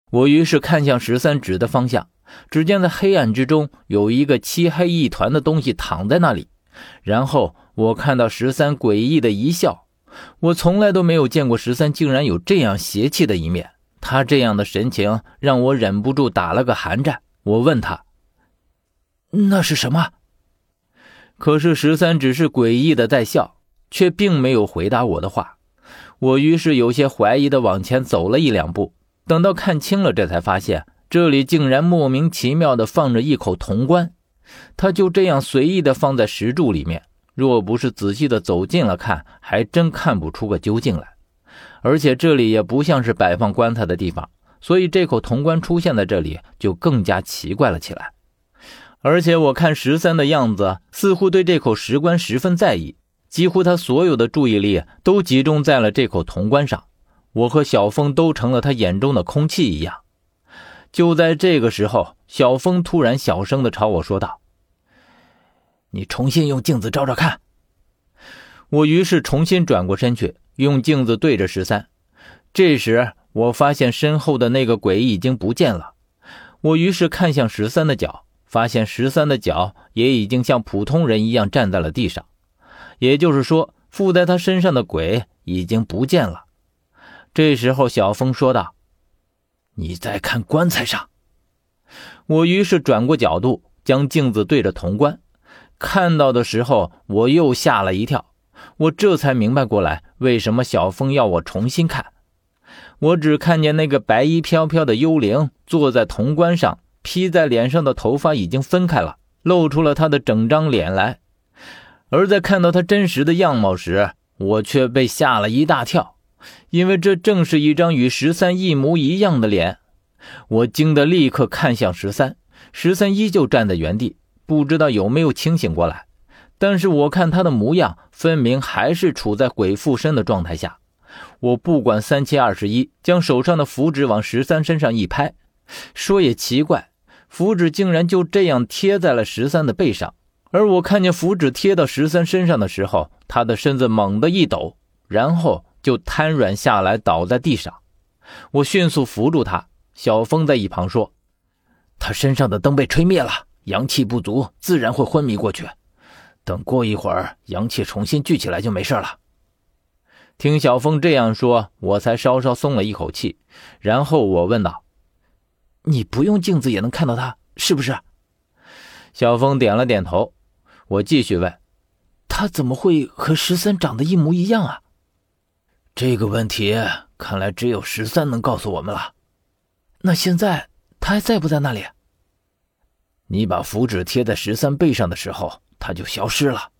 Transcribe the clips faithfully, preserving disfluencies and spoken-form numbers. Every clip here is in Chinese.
我于是看向十三指的方向，只见在黑暗之中有一个漆黑一团的东西躺在那里，然后我看到十三诡异的一笑。我从来都没有见过十三竟然有这样邪气的一面，他这样的神情让我忍不住打了个寒战。我问他，那是什么？可是十三只是诡异的在笑，却并没有回答我的话。我于是有些怀疑的往前走了一两步，等到看清了，这才发现这里竟然莫名其妙的放着一口铜棺，它就这样随意的放在石柱里面，若不是仔细的走近了看，还真看不出个究竟来。而且这里也不像是摆放棺材的地方，所以这口铜棺出现在这里就更加奇怪了起来。而且我看十三的样子似乎对这口石棺十分在意，几乎他所有的注意力都集中在了这口铜棺上，我和小峰都成了他眼中的空气一样。就在这个时候，小峰突然小声地朝我说道，你重新用镜子照照看。我于是重新转过身去，用镜子对着十三。这时我发现身后的那个鬼已经不见了。我于是看向十三的脚，发现十三的脚也已经像普通人一样站在了地上，也就是说附在他身上的鬼已经不见了。这时候小峰说道，你在看棺材上。我于是转过角度，将镜子对着铜棺，看到的时候我又吓了一跳。我这才明白过来，为什么小峰要我重新看。我只看见那个白衣飘飘的幽灵坐在铜棺上，披在脸上的头发已经分开了，露出了他的整张脸来。而在看到他真实的样貌时，我却被吓了一大跳，因为这正是一张与十三一模一样的脸。我惊得立刻看向十三，十三依旧站在原地，不知道有没有清醒过来，但是我看他的模样分明还是处在鬼附身的状态下。我不管三七二十一，将手上的符纸往十三身上一拍。说也奇怪，符纸竟然就这样贴在了十三的背上，而我看见符纸贴到十三身上的时候，他的身子猛地一抖，然后就瘫软下来倒在地上。我迅速扶住他，小峰在一旁说，他身上的灯被吹灭了，阳气不足，自然会昏迷过去，等过一会儿阳气重新聚起来就没事了。听小峰这样说，我才稍稍松了一口气，然后我问道，你不用镜子也能看到他，是不是？小峰点了点头。我继续问，他怎么会和十三长得一模一样啊？这个问题看来只有十三能告诉我们了。那现在他还在不在那里？你把符纸贴在十三背上的时候，他就消失了。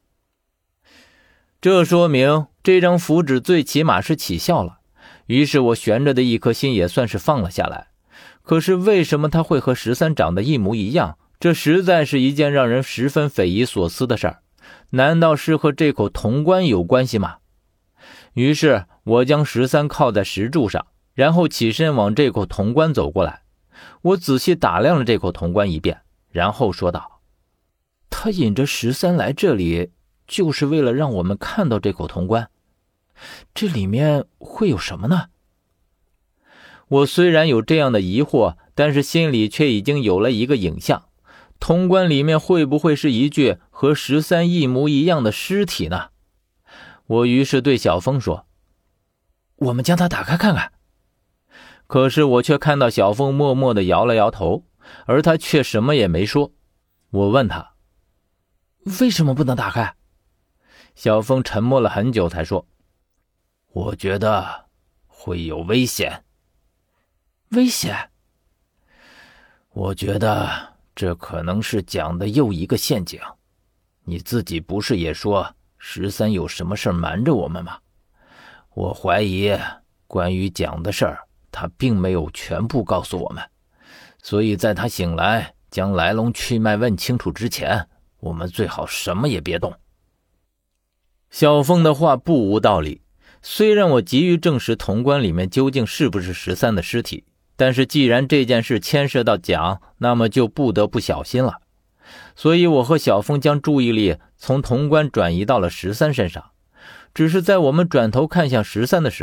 这说明这张符纸最起码是起效了，于是我悬着的一颗心也算是放了下来。可是为什么他会和十三长得一模一样？这实在是一件让人十分匪夷所思的事儿。难道是和这口铜棺有关系吗？于是我将十三靠在石柱上，然后起身往这口铜棺走过来。我仔细打量了这口铜棺一遍，然后说道，他引着十三来这里，就是为了让我们看到这口铜棺。这里面会有什么呢？我虽然有这样的疑惑，但是心里却已经有了一个影像。铜棺里面会不会是一具和十三一模一样的尸体呢？我于是对小峰说，我们将它打开看看。可是我却看到小峰默默地摇了摇头，而他却什么也没说。我问他，为什么不能打开？小峰沉默了很久才说，我觉得会有危险。危险？我觉得这可能是蒋的又一个陷阱。你自己不是也说十三有什么事瞒着我们吗？我怀疑关于蒋的事儿，他并没有全部告诉我们，所以在他醒来将来龙去脉问清楚之前，我们最好什么也别动。小峰的话不无道理，虽然我急于证实铜棺里面究竟是不是十三的尸体，但是既然这件事牵涉到蒋，那么就不得不小心了。所以我和小峰将注意力从铜棺转移到了十三身上。只是在我们转头看向十三的时候，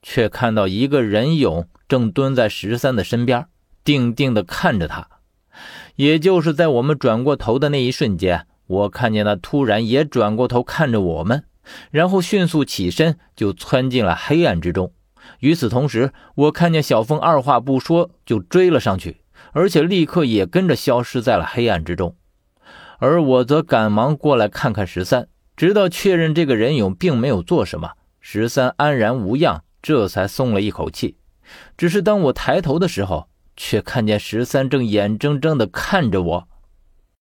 却看到一个人影正蹲在十三的身边，定定地看着他。也就是在我们转过头的那一瞬间，我看见他突然也转过头看着我们，然后迅速起身就窜进了黑暗之中。与此同时，我看见小凤二话不说就追了上去，而且立刻也跟着消失在了黑暗之中。而我则赶忙过来看看十三，直到确认这个人影并没有做什么，十三安然无恙，这才松了一口气。只是当我抬头的时候，却看见十三正眼睁睁地看着我，